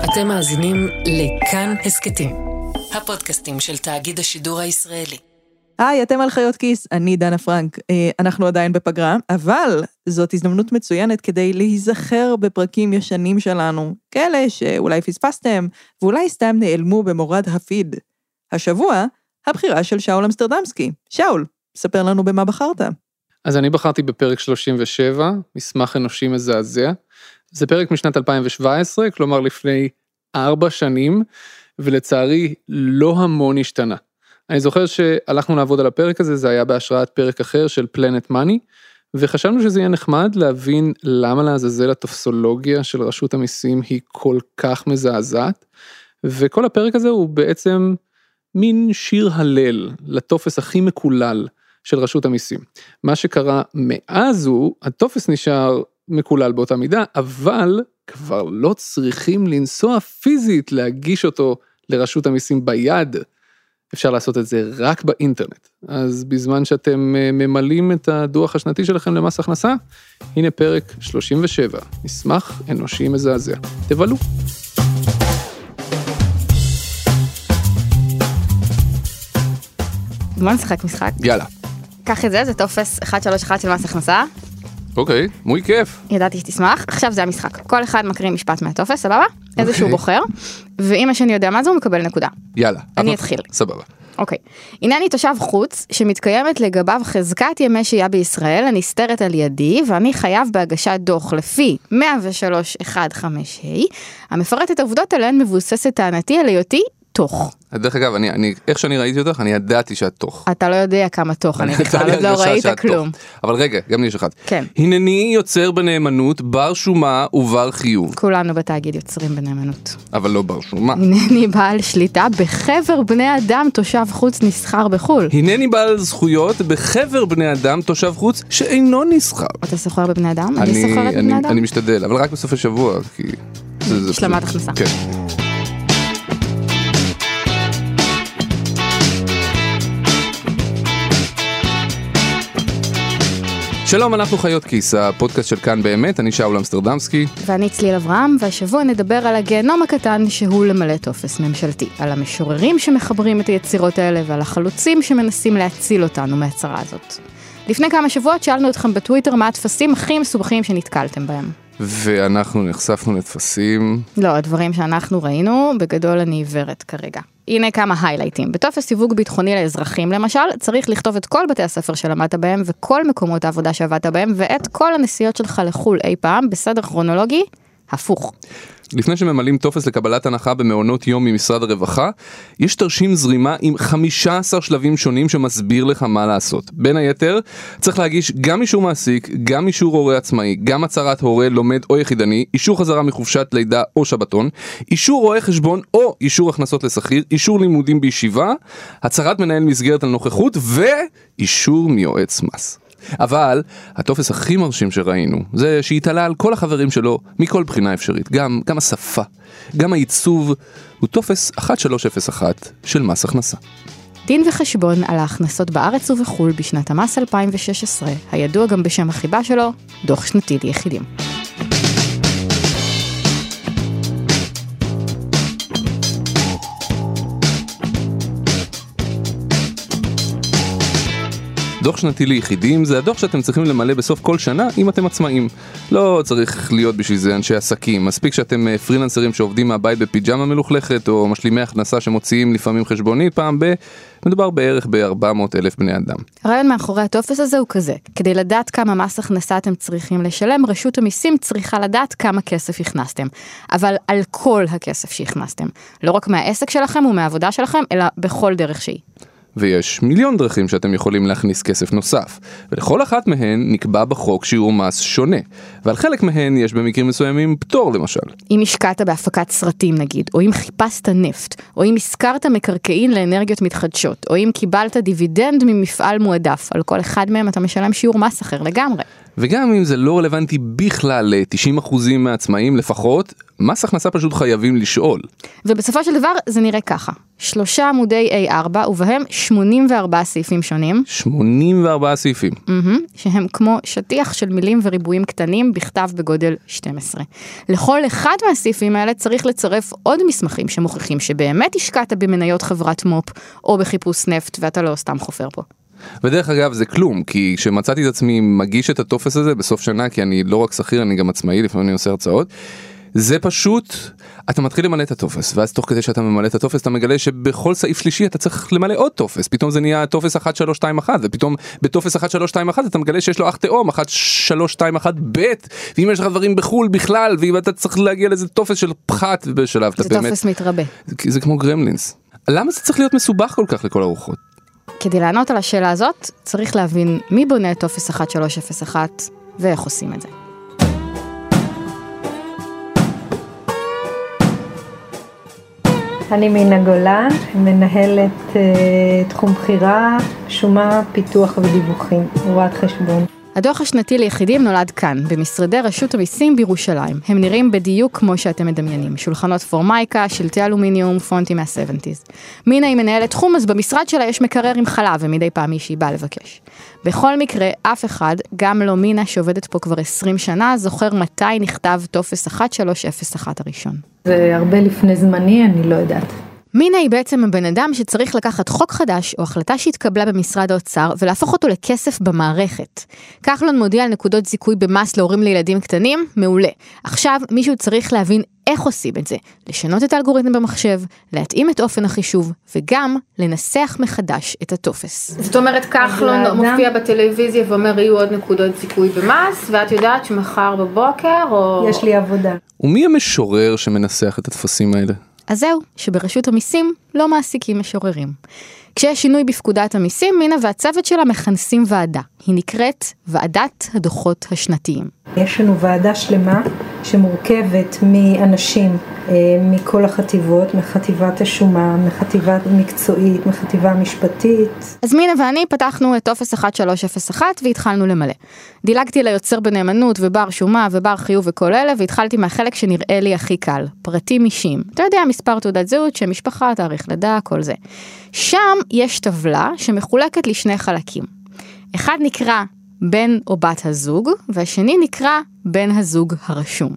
אתם מאזינים לכאן הסקטים, הפודקאסטים של תאגיד השידור הישראלי. היי, אתם על חיות כיס, אני דנה פרנק. אנחנו עדיין בפגרה, אבל זאת הזדמנות מצוינת כדי להיזכר בפרקים ישנים שלנו, כאלה שאולי פספסתם, ואולי סתם נעלמו במורד הפיד. השבוע, הבחירה של שאול אמסטרדמסקי. שאול, ספר לנו במה בחרת. אז אני בחרתי בפרק 37, מסמך אנושי מזעזע. זה פרק משנת 2017, כלומר לפני 4 שנים, ולצערי לא המון השתנה. אני זוכר שהלכנו לעבוד על הפרק הזה, זה היה בהשראת פרק אחר של פלנט מאני, וחשבנו שזה יהיה נחמד להבין למה לעזאזל הטופסולוגיה של רשות המיסים היא כל כך מזעזעת, וכל הפרק הזה הוא בעצם מין שיר הלל לטופס הכי מקולל של רשות המיסים. מה שקרה מאז הוא, הטופס נשאר מקולל באותה מידה, אבל כבר לא צריכים לנסוע פיזית להגיש אותו לרשות המיסים ביד, אפשר לעשות את זה רק באינטרנט. אז בזמן שאתם ממלאים את הדוח השנתי שלכם למס הכנסה, הנה פרק 37, מסמך אנושי מזעזע. תבלו. בוא נשחק משחק. יאללה. קח את זה, זה טופס 131 של מס הכנסה. אוקיי, מוי כיף. ידעתי שתשמח. עכשיו זה המשחק. כל אחד מקריא משפט מהטופס, סבבה? איזה שהוא בוחר. ואם השני יודע מה זה, הוא מקבל נקודה. יאללה. אני אתחיל. סבבה. אוקיי. הנני תושב חוץ שמתקיימת לגביו חזקת ימי שהייה בישראל הנסתרת על ידי, ואני חייב בהגשת דוח לפי 103.1.5ה, המפרט את העובדות עליהן מבוססת טענתי על היותי תוך. דרך אגב, איך שאני ראיתי אותך, אני ידעתי שאת תוך. אתה לא יודע כמה תוך, אני בכלל עוד לא ראית כלום. אבל רגע, גם לי יש אחד. כן. הנני יוצר בנאמנות, בר שומה ובר חיוב. כולנו בתאגיד יוצרים בנאמנות. אבל לא בר שומה. הנני בעל שליטה בחבר בני אדם תושב חוץ נסחר בחול. הנני בעל זכויות בחבר בני אדם תושב חוץ שאינו נסחר. אתה סוחר בבני אדם? אני סוחרת בבני אדם? אני משתדל, אבל רק בסוף השבוע, כי... השלמת הכנסה. כן. שלום, אנחנו חיות כיס, הפודקאסט של כאן באמת, אני שאול אמסטרדמסקי. ואני צליל אברהם, והשבוע נדבר על הגיהנום הקטן שהוא למלא טופס ממשלתי, על המשוררים שמחברים את היצירות האלה, ועל החלוצים שמנסים להציל אותנו מהצרה הזאת. לפני כמה שבועות שאלנו אתכם בטוויטר מה התפסים הכי מסובכים שנתקלתם בהם. ואנחנו נחשפנו לתפסים... לא, הדברים שאנחנו ראינו, בגדול אני עיוורת כרגע. הנה כמה היילייטים. בטופס סיווג ביטחוני לאזרחים למשל, צריך לכתוב את כל בתי הספר שלמדת בהם, וכל מקומות העבודה שעבדת בהם, ואת כל הנסיעות שלך לחול אי פעם, בסדר כרונולוגי, הפוך. לפני שממלאים טופס לקבלת הנחה במעונות יום ממשרד הרווחה, יש תרשים זרימה עם 15 שלבים שונים שמסביר לך מה לעשות. בין היתר, צריך להגיש גם אישור מעסיק, גם אישור הורה עצמאי, גם הצהרת הורה לומד או יחידני, אישור חזרה מחופשת לידה או שבתון, אישור רואה חשבון או אישור הכנסות לשכיר, אישור לימודים בישיבה, הצהרת מנהל מסגרת על נוכחות ואישור מיועץ מס. אבל הטופס הכי מרשים שראינו זה שהתעלה על כל החברים שלו מכל בחינה אפשרית, גם השפה, גם העיצוב, הוא טופס 1301 של מס הכנסה. דין וחשבון על ההכנסות בארץ ובחול בשנת המס 2016, הידוע גם בשם החיבה שלו, דוח שנתי ליחידים. דוח שנתי ליחידים זה הדוח שאתם צריכים למלא בסוף כל שנה אם אתם עצמאים. לא צריך להיות בשביל זה אנשי עסקים. מספיק שאתם פרילנסרים שעובדים מהבית בפיג'מה מלוכלכת, או משלימי הכנסה שמוציאים לפעמים חשבונית פעם מדובר בערך ב-400,000 בני אדם. הרעיון מאחורי הטופס הזה הוא כזה. כדי לדעת כמה מס הכנסה אתם צריכים לשלם, רשות המיסים צריכה לדעת כמה כסף הכנסתם. אבל על כל הכסף שהכנסתם. לא רק מהעסק שלכם ומהעבודה שלכם, אלא בכל דרך שהיא. ויש מיליון דרכים שאתם יכולים להכניס כסף נוסף, ולכל אחת מהן נקבע בחוק שיעור מס שונה, ועל חלק מהן יש במקרים מסוימים פטור למשל. אם השקעת בהפקת סרטים נגיד, או אם חיפשת נפט, או אם הזכרת מקרקעין לאנרגיות מתחדשות, או אם קיבלת דיבידנד ממפעל מועדף, על כל אחד מהם אתה משלם שיעור מס אחר לגמרי. וגם אם זה לא רלוונטי בכלל ל-90% מהעצמאים לפחות, מס הכנסה פשוט חייבים לשאול. ובסופו של דבר זה נראה ככה. 3 עמודי A4 ובהם 84 סעיפים שונים. 84 סעיפים. שהם כמו שטיח של מילים וריבועים קטנים בכתב בגודל 12. לכל אחד מהסעיפים האלה צריך לצרף עוד מסמכים שמוכיחים שבאמת השקעת במניות חברת מופ או בחיפוש נפט ואתה לא סתם חופר פה. ודרך אגב זה כלום, כי כשמצאתי את עצמי מגיש את הטופס הזה בסוף שנה, כי אני לא רק שכיר, אני גם עצמאי, לפעמים אני עושה הרצאות, זה פשוט, אתה מתחיל למלא את הטופס, ואז תוך כדי שאתה ממלא את הטופס, אתה מגלה שבכל סעיף שלישי אתה צריך למלא עוד טופס, פתאום זה נהיה טופס 1321, ופתאום בטופס 1321 אתה מגלה שיש לו אח תאום, 1321 ב', ואם יש לך דברים בחול בכלל, ואם אתה צריך להגיע לאיזה טופס של פחת בשלב, זה טופס מתרבה. זה כמו גרמלינס. למה זה צריך להיות מסובך כל כך לכל הרוחות? כדי לענות על השאלה הזאת, צריך להבין מי בונה את טופס 1301 ואיך עושים את זה. אני מינה גולן, מנהלת תחום בחירה, שומה, פיתוח ודיווחים, רואת חשבון. הדוח השנתי ליחידים נולד כאן, במשרדי רשות המיסים בירושלים. הם נראים בדיוק כמו שאתם מדמיינים. שולחנות פורמייקה, שלטי אלומיניום, פונטים מה-70s. מינה היא מנהלת תחום, אז במשרד שלה יש מקרר עם חלב, ומדי פעם מישהי באה לבקש. בכל מקרה, אף אחד, גם לא מינה שעובדת פה כבר 20 שנה, זוכר מתי נכתב טופס 1301 הראשון. זה הרבה לפני זמני, אני לא יודעת. מינה היא בעצם הבן אדם שצריך לקחת חוק חדש או החלטה שהתקבלה במשרד האוצר ולהפוך אותו לכסף במערכת. כחלון מודיע על נקודות זיכוי במס להורים לילדים קטנים, מעולה. עכשיו מישהו צריך להבין איך עושים את זה, לשנות את האלגוריתם במחשב, להתאים את אופן החישוב וגם לנסח מחדש את הטופס. זאת אומרת כחלון מופיע בטלוויזיה ואומר יהיו עוד נקודות זיכוי במס ואת יודעת שמחר בבוקר או... יש לי עבודה. ומי המשורר שמנסח את התפסים האלה? אז זהו, שברשות המיסים לא מעסיקים משוררים. כשיש שינוי בפקודת המיסים, מינה והצוות שלה מכנסים ועדה. היא נקראת ועדת הדוחות השנתיים. יש לנו ועדה שלמה שמורכבת מאנשים מכל החטיבות, מחטיבת השומה, מחטיבת מקצועית, מחטיבה משפטית. אז מינה ואני פתחנו את טופס 1301 והתחלנו למלא. דילגתי ליוצר בנאמנות ובר שומה ובר חיוב וכל אלה, והתחלתי מהחלק שנראה לי הכי קל, פרטים אישיים. אתה יודע, מספר תעודת זהות, שם משפחה, תאריך לידה, כל זה. שם יש טבלה שמחולקת לשני חלקים. אחד נקרא בן או בת הזוג, והשני נקרא בן הזוג הרשום.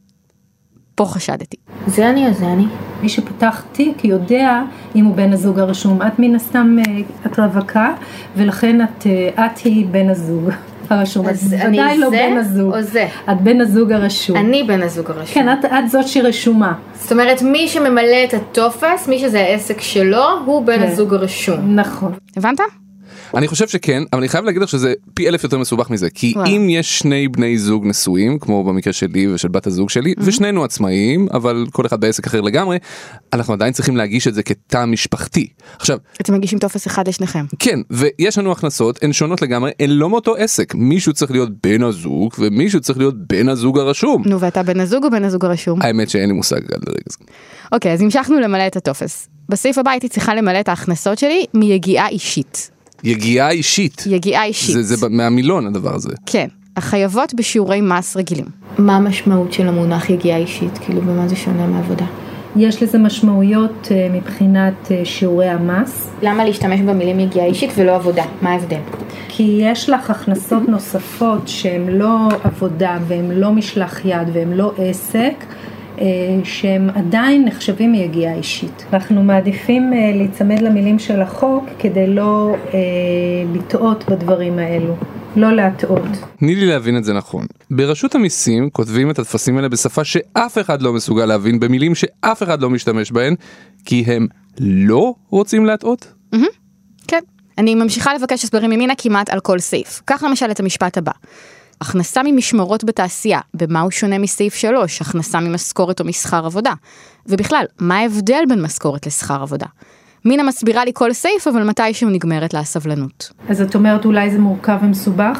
פה חשדתי. זה אני או זה אני? מי שפתח תיק יודע אם הוא בן הזוג הרשום. את מן הסתם, את רווקה, ולכן את היא בן הזוג הרשום. אז את ודאי לא בן הזוג. או זה? את בן הזוג הרשום. אני בן הזוג הרשום. כן, את זאת שרשומה. זאת אומרת, מי שממלא את הטופס, מי שזה העסק שלו, הוא בן הזוג הרשום. נכון. הבנת? אני חושב שכן, אבל אני חייב להגיד לך שזה פי 1000 יותר מסובך מזה, כי אם יש שני בני זוג נשואים, כמו במקרה שלי ושל בת הזוג שלי, ושנינו עצמאיים, אבל כל אחד בעסק אחר לגמרי, אנחנו עדיין צריכים להגיש את זה כתא משפחתי. עכשיו, אתם מגישים טופס אחד לשניכם. כן, ויש לנו הכנסות, הן שונות לגמרי, הן לא מאותו עסק. מישהו צריך להיות בן הזוג, ומישהו צריך להיות בן הזוג הרשום. נו, ואתה בן הזוג או בן הזוג הרשום? האמת שאין לי מושג עד לרגע זה. אוקיי, אז המשכנו למלא את הטופס. בסעיף הבא הייתי צריכה למלא את ההכנסות שלי מיגיעה אישית. יגיעה אישית. יגיעה אישית. זה מהמילון הדבר הזה. כן, החייבות בשיעורי מס רגילים. מה המשמעות של המונח יגיעה אישית? כאילו, במה זה שונה מעבודה? יש לזה משמעויות מבחינת שיעורי המס. למה להשתמש במילים יגיעה אישית ולא עבודה? מה ההבדל? כי יש לך הכנסות נוספות שהן לא עבודה והן לא משלח יד והן לא עסק, שהם עדיין נחשבים מיגיעה אישית. אנחנו מעדיפים להיצמד למילים של החוק כדי לא לטעות בדברים האלו, לא להטעות. תני לי להבין את זה נכון. ברשות המיסים כותבים את התפסים האלה בשפה שאף אחד לא מסוגל להבין, במילים שאף אחד לא משתמש בהן, כי הם לא רוצים להטעות? כן. אני ממשיכה לבקש הסברים ממינה כמעט על כל סעיף. כך למשל את המשפט הבא. הכנסה ממשמרות בתעשייה, במה הוא שונה מסעיף 3, הכנסה ממשכורת או משכר עבודה. ובכלל, מה ההבדל בין משכורת לשכר עבודה? מינה מסבירה לי כל סעיף, אבל מתישהו נגמרת לה הסבלנות. אז את אומרת אולי זה מורכב ומסובך?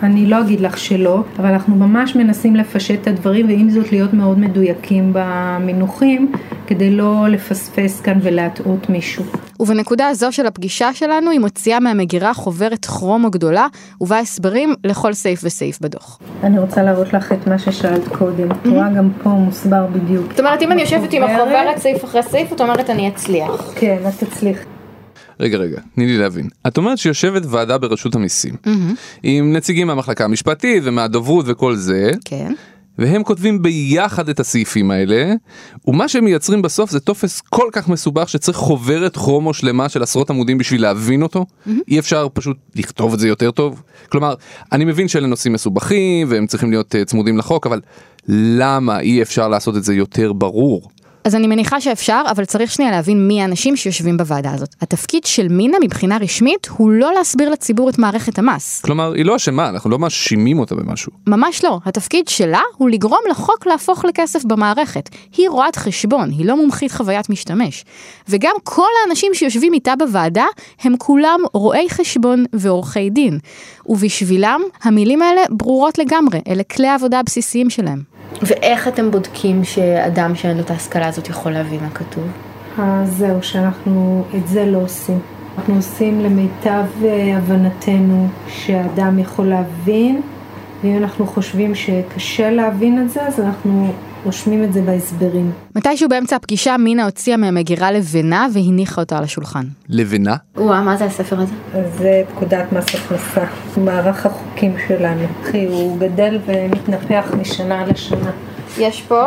אני לא אגיד לך שלא, אבל אנחנו ממש מנסים לפשט את הדברים, ועם זאת להיות מאוד מדויקים במינוחים, כדי לא לפספס כאן ולהטעות מישהו. ובנקודה הזו של הפגישה שלנו, היא מוציאה מהמגירה חוברת כרומו גדולה, ובה הסברים לכל סעיף וסעיף בדוח. אני רוצה להראות לך את מה ששאלת קודם. רואה גם פה מוסבר בדיוק. זאת אומרת, אם אני יושבת עם החוברת סעיף אחרי סעיף, את אומרת אני אצליח. כן, את תצליח. רגע, תני לי להבין. את אומרת שיושבת ועדה ברשות המיסים, עם נציגים מהמחלקה המשפטית ומהדוברות וכל זה, כן. והם כותבים ביחד את הסעיפים האלה, ומה שהם מייצרים בסוף זה טופס כל כך מסובך שצריך חוברת כרומו שלמה של עשרות עמודים בשביל להבין אותו. אי אפשר פשוט לכתוב את זה יותר טוב. כלומר, אני מבין שאלה נושאים מסובכים והם צריכים להיות צמודים לחוק, אבל למה אי אפשר לעשות את זה יותר ברור? אז אני מניחה שאפשר, אבל צריך שנייה להבין מי האנשים שיושבים בוועדה הזאת. התפקיד של מינה מבחינה רשמית הוא לא להסביר לציבור את מערכת המס. כלומר, היא לא אשמה, אנחנו לא מאשימים אותה במשהו. ממש לא. התפקיד שלה הוא לגרום לחוק להפוך לכסף במערכת. היא רואת חשבון, היא לא מומחית חוויית משתמש. וגם כל האנשים שיושבים איתה בוועדה, הם כולם רואי חשבון ועורכי דין. ובשבילם, המילים האלה ברורות לגמרי, אלה כלי העבודה הבסיסיים שלהם. ואיך אתם בודקים שאדם שאין לו את ההשכלה הזאת יכול להבין מה כתוב? זהו, שאנחנו את זה לא עושים. אנחנו עושים למיטב הבנתנו שאדם יכול להבין, ואם אנחנו חושבים שקשה להבין את זה, אז אנחנו רושמים את זה בהסברים. מתישהו באמצע הפגישה, מינה הוציאה מהמגירה לבנה והניחה אותה על השולחן. לבנה? מה זה הספר הזה? זה פקודת מס הכנסה, מערך החוקים שלנו. הוא גדל ומתנפח משנה לשנה. יש פה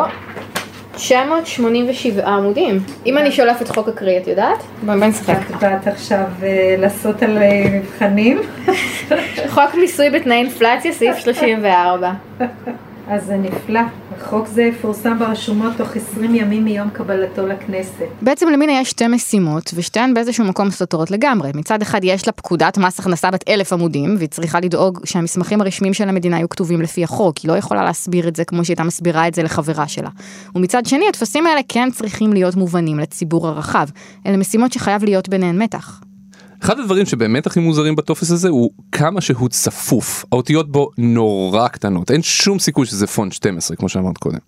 987 עמודים. אם אני שולפת חוק אקראי, את יודעת? בוא נשחק. את באת עכשיו לעשות על מבחנים. חוק מיסוי בתנאי אינפלציה, סעיף 34. אז זה נפלא. החוק זה יפורסם ברשומות תוך 20 ימים מיום קבלתו לכנסת. בעצם למינה יש שתי משימות, ושתיהן באיזשהו מקום סותרות לגמרי. מצד אחד יש לה פקודת מס הכנסה בת 1,000 עמודים, והיא צריכה לדאוג שהמסמכים הרשמיים של המדינה יהיו כתובים לפי החוק. היא לא יכולה להסביר את זה כמו שהייתה מסבירה את זה לחברה שלה. ומצד שני, התפסים האלה כן צריכים להיות מובנים לציבור הרחב. אלה משימות שחייב להיות ביניהן מתח. אחד הדברים שבאמת הכי מוזרים בטופס הזה הוא כמה שהוא צפוף. האותיות בו נורא קטנות. אין שום סיכוי שזה פונט 12, כמו שאמרת קודם.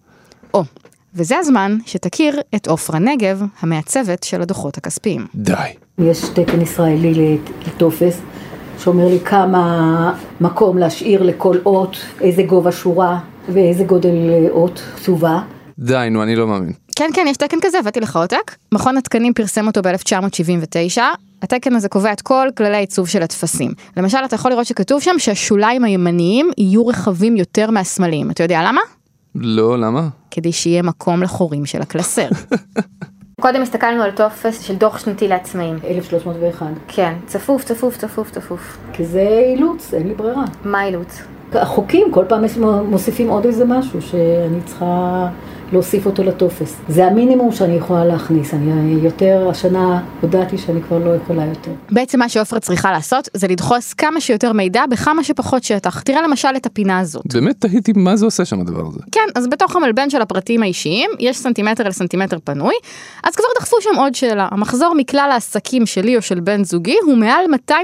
וזה הזמן שתכיר את עופרה נגב, המעצבת של הדוחות הכספיים. די. יש תקן ישראלי לטופס, שאומר לי כמה מקום להשאיר לכל אות, איזה גובה שורה ואיזה גודל אות כתובה. די, נו, אני לא מאמין. כן, יש תקן כזה, הבאתי לך עותק. מכון התקנים פרסם אותו ב-1979. התקן הזה קובע את כל כללי העיצוב של התפסים. למשל, אתה יכול לראות שכתוב שם שהשוליים הימניים יהיו רחבים יותר מהשמאליים. אתה יודע למה? לא, למה? כדי שיהיה מקום לחורים של הקלסר. קודם הסתכלנו על טופס של דוח שנתי לעצמאים. 1301. כן, צפוף. כי זה אילוץ, אין לי ברירה. מה אילוץ? החוקים, כל פעם מוסיפים עוד איזה משהו שאני צריכה להוסיף אותו לטופס. זה המינימום שאני יכולה להכניס. אני יותר, השנה הודעתי שאני כבר לא יכולה יותר. בעצם מה שעופרה צריכה לעשות זה לדחוס כמה שיותר מידע בכמה שפחות שטח. תראה למשל את הפינה הזאת. באמת תהיתי מה זה עושה שם הדבר הזה. כן, אז בתוך המלבן של הפרטים האישיים יש סנטימטר על סנטימטר פנוי, אז כבר דחפו שם עוד שאלה. המחזור מכלל העסקים שלי או של בן זוגי הוא מעל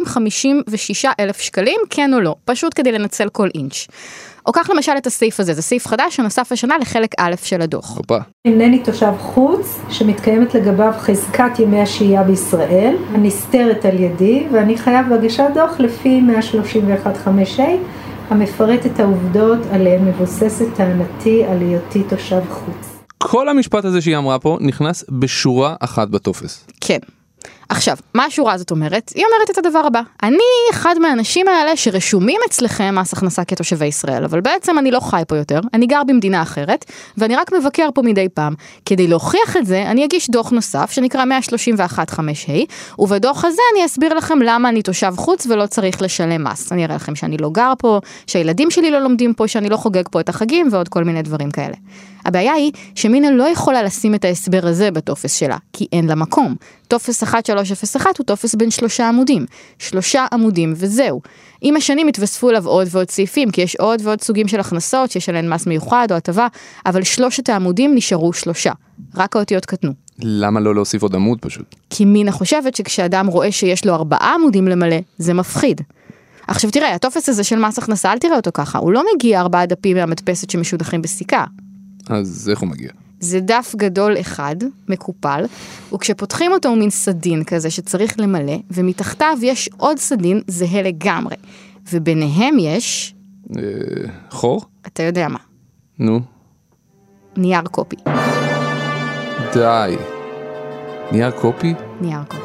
256,000 שקלים, כן או לא, פשוט כדי לנצל כל אינץ'. או כך למשל את הסעיף הזה, זה סעיף חדש שנוסף השנה לחלק א' של הדוח. אינני תושב חוץ שמתקיימת לגביו חזקת ימי השהייה בישראל, הנסתרת על ידי, ואני חייב בהגשת דוח לפי 131.5a, המפרט את העובדות עליהן מבוססת טענתי על היותי תושב חוץ. כל המשפט הזה שהיא אמרה פה נכנס בשורה אחת בטופס. כן. עכשיו, מה השורה הזאת אומרת? היא אומרת את הדבר הבא. אני אחד מהאנשים האלה שרשומים אצלכם מס הכנסה כתושבי ישראל, אבל בעצם אני לא חי פה יותר, אני גר במדינה אחרת, ואני רק מבקר פה מדי פעם. כדי להוכיח את זה, אני אגיש דוח נוסף, שנקרא 131.5a, ובדוח הזה אני אסביר לכם למה אני תושב חוץ ולא צריך לשלם מס. אני אראה לכם שאני לא גר פה, שהילדים שלי לא לומדים פה, שאני לא חוגג פה את החגים, ועוד כל מיני דברים כאלה. הבעיה היא שמינה לא יכולה לשים את ההסבר הזה בטופס שלה, כי אין לה מקום. טופס 1301 הוא טופס בין 3 עמודים. 3 עמודים וזהו. עם השנים התווספו אליו עוד ועוד סעיפים, כי יש עוד ועוד סוגים של הכנסות, שיש עליהן מס מיוחד או הטבה, אבל 3 העמודים נשארו 3. רק האותיות קטנו. למה לא להוסיף עוד עמוד פשוט? כי מינה חושבת שכשאדם רואה שיש לו 4 עמודים למלא, זה מפחיד. עכשיו תראה, הטופס הזה של מס הכנסה, אל תראה אותו ככה, הוא לא מגיע 4 דפים מהמדפסת שמשודכים בסיכה. אז איך הוא מגיע? זה דף גדול אחד, מקופל, וכשפותחים אותו הוא מין סדין כזה שצריך למלא, ומתחתיו יש עוד סדין זהה לגמרי. וביניהם יש... חור? אתה יודע מה. נו. נייר קופי. די. נייר קופי? נייר קופי.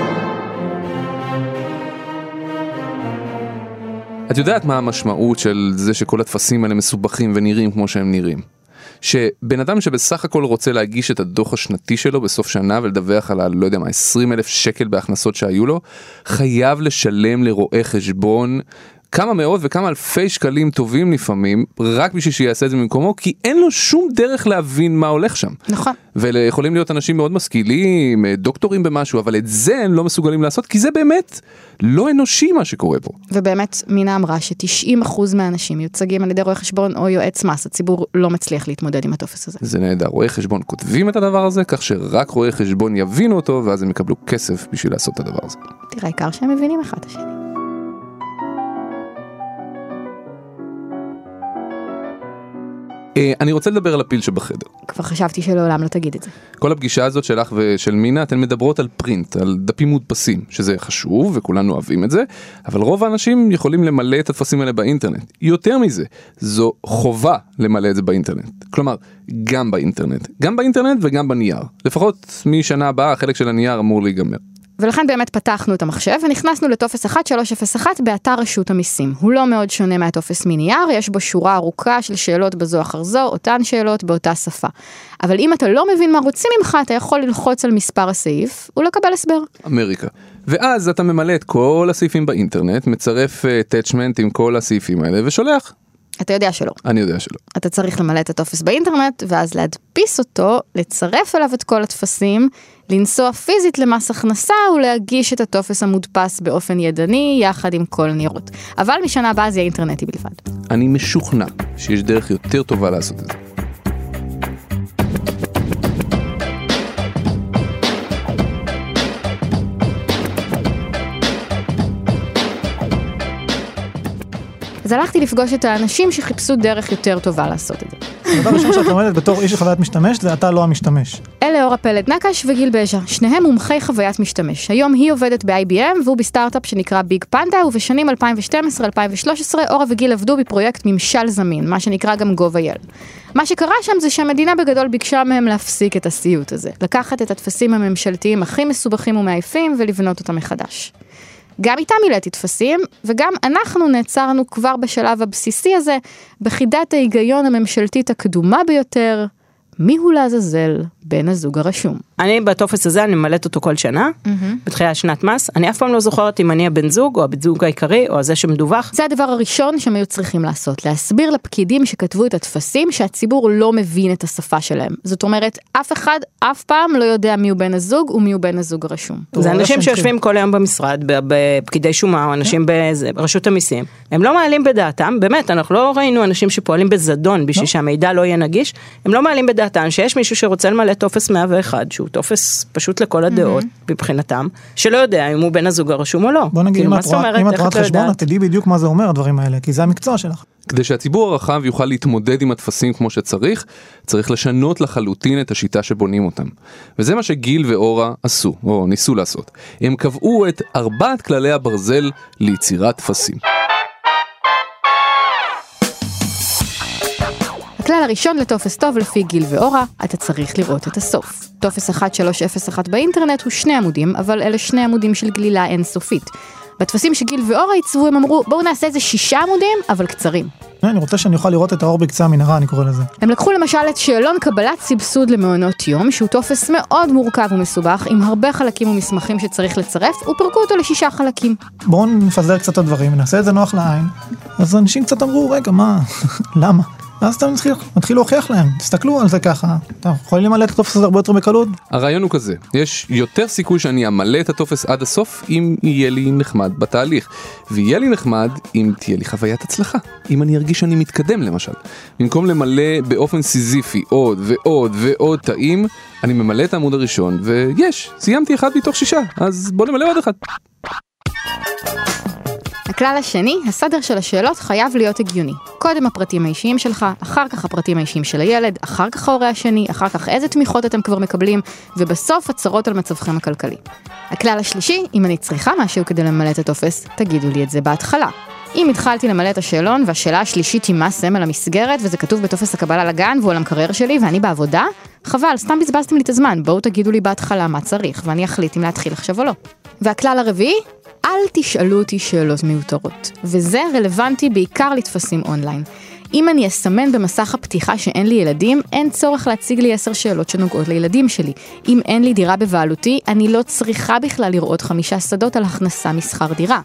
את יודעת מה המשמעות של זה שכל התפסים האלה מסובכים ונראים כמו שהם נראים? שבן אדם שבסך הכל רוצה להגיש את הדוח השנתי שלו בסוף שנה ולדווח על, לא יודע מה, 20,000 שקל בהכנסות שהיו לו, חייב לשלם לרואה חשבון כמה מאות וכמה אלפי שקלים טובים לפעמים, רק בשביל שיעשה את זה במקומו, כי אין לו שום דרך להבין מה הולך שם. נכון. ויכולים להיות אנשים מאוד משכילים, דוקטורים במשהו, אבל את זה הם לא מסוגלים לעשות, כי זה באמת לא אנושי מה שקורה פה. ובאמת, מינה אמרה ש90% מהאנשים מיוצגים על ידי רואה חשבון או יועץ מס, הציבור לא מצליח להתמודד עם הטופס הזה. זה נהדר, רואי חשבון כותבים את הדבר הזה, כך שרק רואי חשבון יבינו אותו, ואז הם יקבלו כסף בשביל לעשות את הדבר הזה. תראה, העיקר שהם מבינים אחד את השני. אני רוצה לדבר על הפיל שבחדר. כבר חשבתי שלעולם לא תגיד את זה. כל הפגישה הזאת שלך ושל מינה, אתן מדברות על פרינט, על דפים מודפסים, שזה חשוב וכולנו אוהבים את זה, אבל רוב האנשים יכולים למלא את הדפסים האלה באינטרנט. יותר מזה, זו חובה למלא את זה באינטרנט. כלומר, גם באינטרנט וגם בנייר. לפחות משנה הבאה, החלק של הנייר אמור להיגמר. ולכן באמת פתחנו את המחשב ונכנסנו לטופס 1301 באתר רשות המיסים. הוא לא מאוד שונה מהטופס מנייר, יש בו שורה ארוכה של שאלות בזו אחר זו, אותן שאלות באותה שפה. אבל אם אתה לא מבין מה רוצים ממך, אתה יכול ללחוץ על מספר הסעיף ולקבל הסבר. אמריקה. ואז אתה ממלא את כל הסעיפים באינטרנט, מצרף attachment עם כל הסעיפים האלה ושולח. אתה יודע שלא. אני יודע שלא. אתה צריך למלא את הטופס באינטרנט, ואז להדפיס אותו, לצרף אליו את כל התפסים, לנסוע פיזית למס הכנסה, ולהגיש את הטופס המודפס באופן ידני, יחד עם כל ניירות. אבל משנה הבאה זה יהיה אינטרנטי בלבד. אני משוכנע שיש דרך יותר טובה לעשות את זה. אז הלכתי לפגוש את האנשים שחיפשו דרך יותר טובה לעשות את זה. הדבר ראשון שאת לומדת בתור איש חוויית משתמש, זה אתה לא המשתמש. אלה אורה פלד נקש וגיל בז'ה, שניהם מומחי חוויית משתמש. היום היא עובדת ב-IBM והוא בסטארט-אפ שנקרא ביג פנדה, ובשנים 2012-2013 אורה וגיל עבדו בפרויקט ממשל זמין, מה שנקרא גם gov.il. מה שקרה שם זה שהמדינה בגדול ביקשה מהם להפסיק את הסיוט הזה, לקחת את הדפסים הממשלתיים הכי מסובכים ומעייפים ולבנות אותם מחדש. גם איתם מילאתי תפסים, וגם אנחנו נעצרנו כבר בשלב הבסיסי הזה, בחידת ההיגיון הממשלתית הקדומה ביותר, מיהו לעזאזל בן הזוג הרשום. אני בטופס הזה, אני ממלאת אותו כל שנה, בתחילת שנת מס, אני אף פעם לא זוכרת אם אני הבן זוג, או הבן זוג העיקרי, או הזה שמדווח. זה הדבר הראשון שהם היו צריכים לעשות, להסביר לפקידים שכתבו את התפסים, שהציבור לא מבין את השפה שלהם. זאת אומרת, אף אחד, אף פעם לא יודע מיהו בן הזוג, ומיהו בן הזוג הרשום. זה אנשים שיושבים כל היום במשרד, בפקידי שומה, או אנשים ברשות המיסים. הם לא מעלים בדעתם, באמת, אנחנו לא ראינו אנשים שפועלים בזדון, בשביל שהמידע לא יהיה נגיש. הם לא מעלים בדעתם שיש מישהו שרוצה למלא טופס 101, שהוא טופס פשוט לכל הדעות, מבחינתם, שלא יודע אם הוא בן הזוג הרשום או לא. בוא נגיד, אם את רואת חשבון, את תדעי בדיוק מה זה אומר, הדברים האלה, כי זה המקצוע שלך. כדי שהציבור הרחב יוכל להתמודד עם התפסים כמו שצריך, צריך לשנות לחלוטין את השיטה שבונים אותם. וזה מה שגיל ואורה עשו, או ניסו לעשות. הם קבעו את 4 כללי הברזל ליצירת תפסים. הכלל הראשון לטופס טוב לפי גיל ואורה, אתה צריך לראות את הסוף. טופס 1301 באינטרנט הוא 2 עמודים, אבל אלה 2 עמודים של גלילה אינסופית. בתפסים שגיל ואורה ייצבו, הם אמרו, בואו נעשה איזה 6 עמודים, אבל קצרים. אני רוצה שאני אוכל לראות את האור בקצה המנהרה, אני קורא לזה. הם לקחו למשל את שאלון קבלת סבסוד למעונות יום, שהוא טופס מאוד מורכב ומסובך, עם הרבה חלקים ומסמכים שצריך לצרף, ופרקו אותו ל6 חלקים. בואו נפזר קצת את הדברים, נעשה את זה נוח לעין. אז אנשים קצת אמרו, רגע, מה? למה? אז אתה מתחיל להוכיח להם, תסתכלו על זה ככה, אתה יכולים למלא את הטופס הזה הרבה יותר בקלות. הרעיון הוא כזה, יש יותר סיכוי שאני אמלא את הטופס עד הסוף, אם יהיה לי נחמד בתהליך, ויהיה לי נחמד אם תהיה לי חוויית הצלחה, אם אני ארגיש שאני מתקדם למשל. במקום למלא באופן סיזיפי עוד ועוד ועוד תאים, אני ממלא את העמוד הראשון, ויש, סיימתי 1 מתוך 6, אז בוא נמלא עוד 1. הכלל השני, הסדר של השאלות חייב להיות הגיוני. קודם הפרטים האישיים שלך, אחר כך הפרטים האישיים של הילד, אחר כך ההורה השני, אחר כך איזה תמיכות אתם כבר מקבלים, ובסוף הצהרות על מצבכם הכלכלי. הכלל השלישי, אם אני צריכה משהו כדי למלא את הטופס, תגידו לי את זה בהתחלה. אם התחלתי למלא את השאלון, והשאלה השלישית היא מה סמל המסגרת, וזה כתוב בטופס הקבלה לגן והוא על המקרר שלי, ואני בעבודה, חבל, סתם בזבזתם לי את הזמן, בואו תגידו לי בהתחלה מה צריך, ואני אחליט אם להתחיל עכשיו או לא. והכלל הרביעי, אל תשאלו אותי שאלות מיותרות, וזה רלוונטי בעיקר לטפסים אונליין. אם אני אסמן במסך הפתיחה שאין לי ילדים, אין צורך להציג לי 10 שאלות שנוגעות לילדים שלי. אם אין לי דירה בבעלותי, אני לא צריכה בכלל לראות 5 שדות על הכנסה משכר דירה.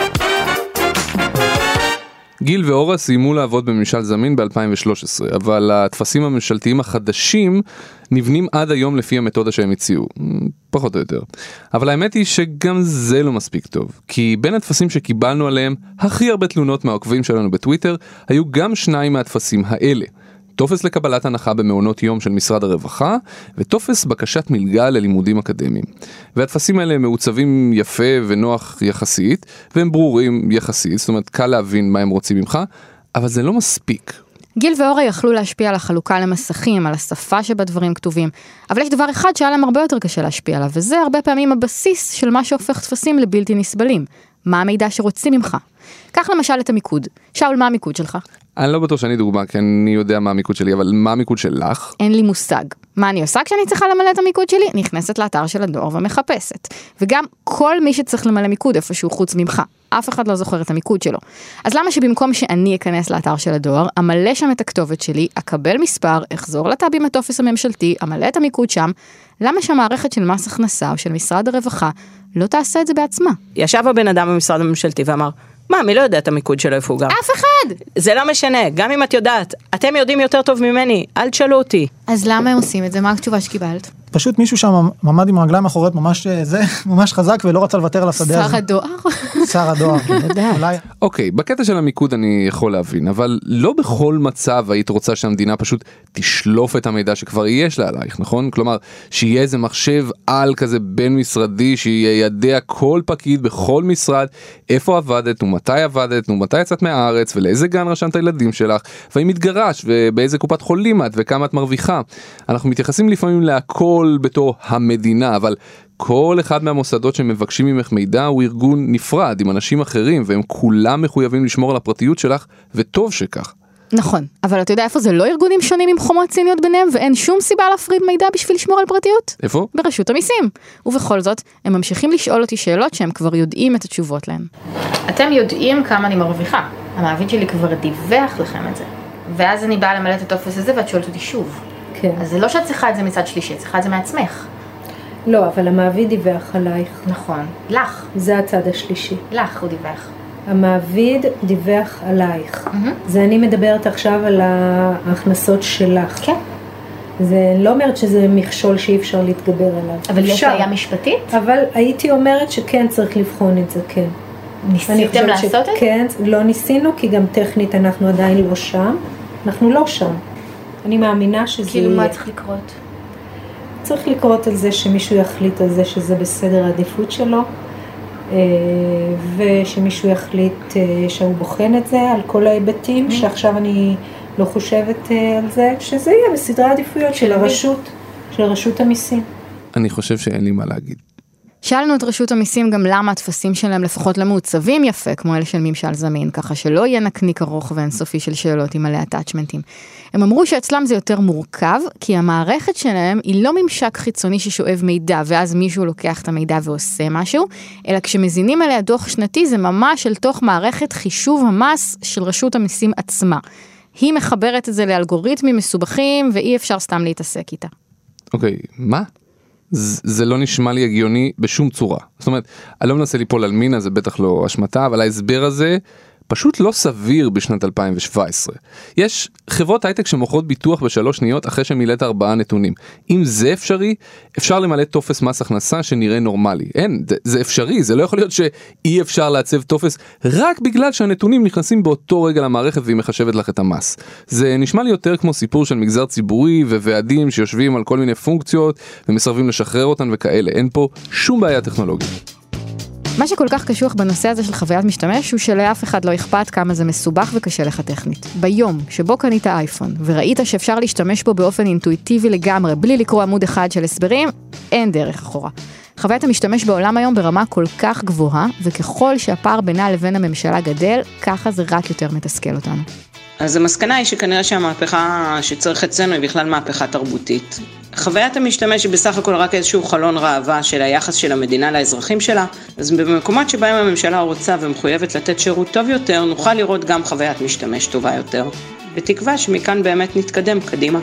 גיל ואורה סיימו לעבוד בממשל זמין ב-2013, אבל הטפסים הממשלתיים החדשים נבנים עד היום לפי המתודה שהם הציעו, פחות או יותר. אבל האמת היא שגם זה לא מספיק טוב, כי בין הטפסים שקיבלנו עליהם הכי הרבה תלונות מהעוקבים שלנו בטוויטר, היו גם 2 מהטפסים האלה. טופס לקבלת הנחה במעונות יום של משרד הרווחה, וטופס בקשת מלגה ללימודים אקדמיים. והטפסים האלה מעוצבים יפה ונוח יחסית, והם ברורים יחסית, זאת אומרת קל להבין מה הם רוצים ממך, אבל זה לא מספיק. גיל ואורה יכלו להשפיע על החלוקה למסכים, על השפה שבדברים כתובים, אבל יש דבר אחד שהיה להם הרבה יותר קשה להשפיע עליו, וזה הרבה פעמים הבסיס של מה שהופך טפסים לבלתי נסבלים. מה המידע שרוצים ממך? קח למשל את המיקוד. שאול, מה המיקוד שלך? אני לא בטוח שאני דוגמה, כי אני יודע מה המיקוד שלי, אבל מה המיקוד שלך? אין לי מושג. מה אני עושה כשאני צריכה למלא את המיקוד שלי? נכנסת לאתר של הדואר ומחפשת. וגם כל מי שצריך למלא מיקוד איפשהו חוץ ממך. אף אחד לא זוכר את המיקוד שלו. אז למה שבמקום שאני אכנס לאתר של הדואר, אמלא שם את הכתובת שלי, אקבל מספר, אחזור לטאב עם הטופס הממשלתי, אמלא את המיקוד שם, למה שהמערכת של מס הכנסה או של משרד הרווחה לא תעשה את זה בעצמה? ישב הבן אדם במשרד הממשלתי ואמר, מה, מי לא יודע את המיקוד שלו איפה הוא גר? אף אחד! זה לא משנה, גם אם את יודעת, אתם יודעים יותר טוב ממני, אל תשאלו אותי. אז למה הם עושים את זה? מה התשובה שקיבלת? פשוט מישהו שם ממד עם הרגליים האחוריות ממש חזק ולא רצה לוותר על השדה הזה. שר הדואר? שר הדואר, אולי. אוקיי, בקטע של המיקוד אני יכול להבין, אבל לא בכל מצב היית רוצה שהמדינה פשוט תשלוף את המידע שכבר יש לה עלייך, נכון? כלומר, שיהיה איזה מחשב על כזה בין משרדי, שיידע כל פקיד בכל משרד, איפה עבדת ומתי עבדת ומתי יצאת מהארץ ולאיזה גן רשמת הילדים שלך, והאם מתגרש ובאיזה קופת חולים את וכמה את מרוויחה. אנחנו מתייחסים לפעמים להכל בתור המדינה, אבל כל אחד מהמוסדות שמבקשים ממך מידע הוא ארגון נפרד עם אנשים אחרים, והם כולם מחויבים לשמור על הפרטיות שלך, וטוב שכך. נכון, אבל אתה יודע איפה זה לא ארגונים שונים עם חומות ציניות ביניהם, ואין שום סיבה להפריד מידע בשביל לשמור על פרטיות? איפה? ברשות המיסים. ובכל זאת, הם ממשיכים לשאול אותי שאלות שהם כבר יודעים את התשובות להן. אתם יודעים כמה אני מרוויחה. המעביד שלי כבר דיווח לכם את זה. ואז אני באה למלא את הטופס הזה ואת שואלת אותי שוב. כן. אז זה לא שאת צריכה את זה מצד שלישי, את צריכה את זה מעצמך. לא, אבל המעביד דיווח עלייך. נכון. לך. זה הצד השלישי. לך הוא דיווח. המעביד דיווח עלייך. זה אני מדברת עכשיו על ההכנסות שלך. כן. זה לא אומרת שזה מכשול שאי אפשר להתגבר עליו. אבל יש בעיה משפטית? אבל הייתי אומרת שכן צריך לבחון את זה, כן. ניסיתם לעשות את זה? כן, לא ניסינו, כי גם טכנית אנחנו עדיין לא שם. אנחנו לא שם. אני מאמינה שזה... כאילו מה צריך לקרות? צריך לקרות על זה שמישהו יחליט על זה שזה בסדר העדיפות שלו, ושמישהו יחליט שהוא בוחן את זה על כל ההיבטים, שעכשיו אני לא חושבת על זה, שזה יהיה בסדרי העדיפויות של רשות המיסים. אני חושב שאין לי מה להגיד. שאלנו את רשות המיסים גם למה הטפסים שלהם לפחות לא מעוצבים יפה, כמו אלה של ממשל זמין, ככה שלא יהיה נקניק ארוך ואינסופי של שאלות עם מלא הטאצ'מנטים. הם אמרו שאצלם זה יותר מורכב, כי המערכת שלהם היא לא ממשק חיצוני ששואב מידע, ואז מישהו לוקח את המידע ועושה משהו, אלא כשמזינים עליה דוח שנתי, זה ממש אל תוך מערכת חישוב המס של רשות המיסים עצמה. היא מחברת את זה לאלגוריתמים מסובכים, ואי אפשר סתם להתעסק איתה. אוקיי, מה? זה לא נשמע לי הגיוני בשום צורה. זאת אומרת, אני לא מנסה ליפול על מינה, זה בטח לא אשמתה, אבל ההסבר הזה פשוט לא סביר בשנת 2017. יש חברות הייטק שמוכרות ביטוח ב3 שניות אחרי שמילאת 4 נתונים. אם זה אפשרי, אפשר למלא טופס מס הכנסה שנראה נורמלי. אין, זה אפשרי, זה לא יכול להיות שאי אפשר לעצב טופס רק בגלל שהנתונים נכנסים באותו רגע למערכת והיא מחשבת לך את המס. זה נשמע לי יותר כמו סיפור של מגזר ציבורי וועדים שיושבים על כל מיני פונקציות ומסרבים לשחרר אותן וכאלה. אין פה שום בעיה טכנולוגית. מה שכל כך קשוח בנושא הזה של חוויית משתמש, הוא שלאף אחד לא אכפת כמה זה מסובך וקשה לך טכנית. ביום שבו קנית אייפון, וראית שאפשר להשתמש בו באופן אינטואיטיבי לגמרי, בלי לקרוא עמוד אחד של הסברים, אין דרך אחורה. חוויית המשתמש בעולם היום ברמה כל כך גבוהה, וככל שהפער בינה לבין הממשלה גדל, ככה זה רק יותר מתסכל אותנו. אז המסקנה היא שכנראה שהמהפכה שצריך אצלנו היא בכלל מהפכה תרבותית. חוויית המשתמש היא בסך הכל רק איזשהו חלון ראווה של היחס של המדינה לאזרחים שלה, אז במקומות שבהם הממשלה רוצה ומחויבת לתת שירות טוב יותר, נוכל לראות גם חוויית משתמש טובה יותר. בתקווה שמכאן באמת נתקדם קדימה.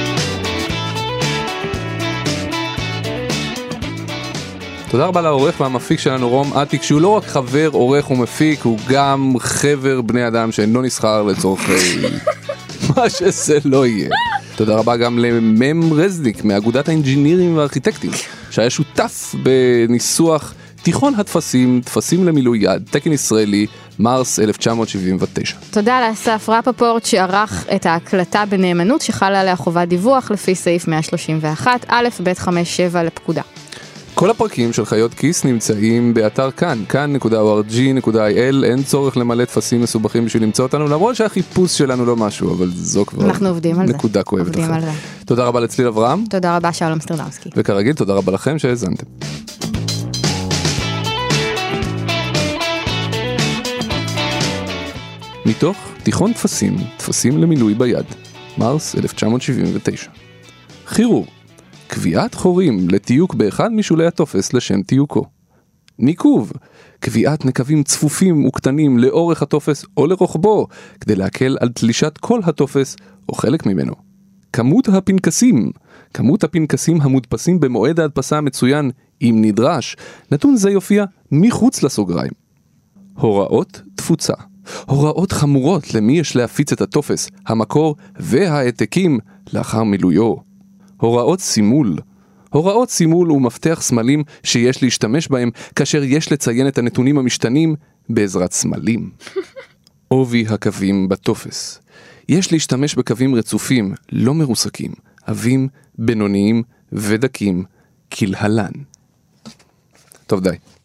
תודה רבה לעורך והמפיק שלנו רום אטיק, שהוא לא רק חבר, עורך ומפיק, הוא גם חבר בני אדם שאינו נסחר לצורכי מה שזה לא יהיה. תודה רבה גם למם רזניק מאגודת האינג'ינירים והארכיטקטים, שהיה שותף בניסוח תיכון התפסים, תפסים למילוי יד, תקן ישראלי, מרס 1979. תודה לאסף רפפורט שערך את ההקלטה בנאמנות שחלה עליה חובת דיווח לפי סעיף 131 א' ב' 57 לפקודה. כל הפרקים של חיות כיס נמצאים באתר כאן, כאן.org.il, אין צורך למלא תפסים מסובכים בשביל למצוא אותנו, למרות שהחיפוש שלנו לא משהו, אבל זו כבר אנחנו עובדים על זה. נקודה כואבת אחת. תודה רבה לצליל אברהם. תודה רבה שלום סטרדמסקי. וכרגיל, תודה רבה לכם שהאזנתם. מתוך תיכון תפסים, תפסים למילוי ביד, מרס 1979. חירור. קביעת חורים לתיוק באחד משולי הטופס לשם תיוקו. ניקוב, קביעת נקבים צפופים וקטנים לאורך הטופס או לרוחבו, כדי להקל על תלישת כל הטופס או חלק ממנו. כמות הפנקסים, כמות הפנקסים המודפסים במועד ההדפסה המצוין, אם נדרש, נתון זה יופיע מחוץ לסוגריים. הוראות תפוצה, הוראות חמורות למי יש להפיץ את הטופס, המקור והעתקים לאחר מילויו. הוראות סימול. הוראות סימול הוא מפתח סמלים שיש להשתמש בהם כאשר יש לציין את הנתונים המשתנים בעזרת סמלים. עובי הקווים בטופס. יש להשתמש בקווים רצופים, לא מרוסקים, עבים, בינוניים ודקים, כלהלן. טוב די.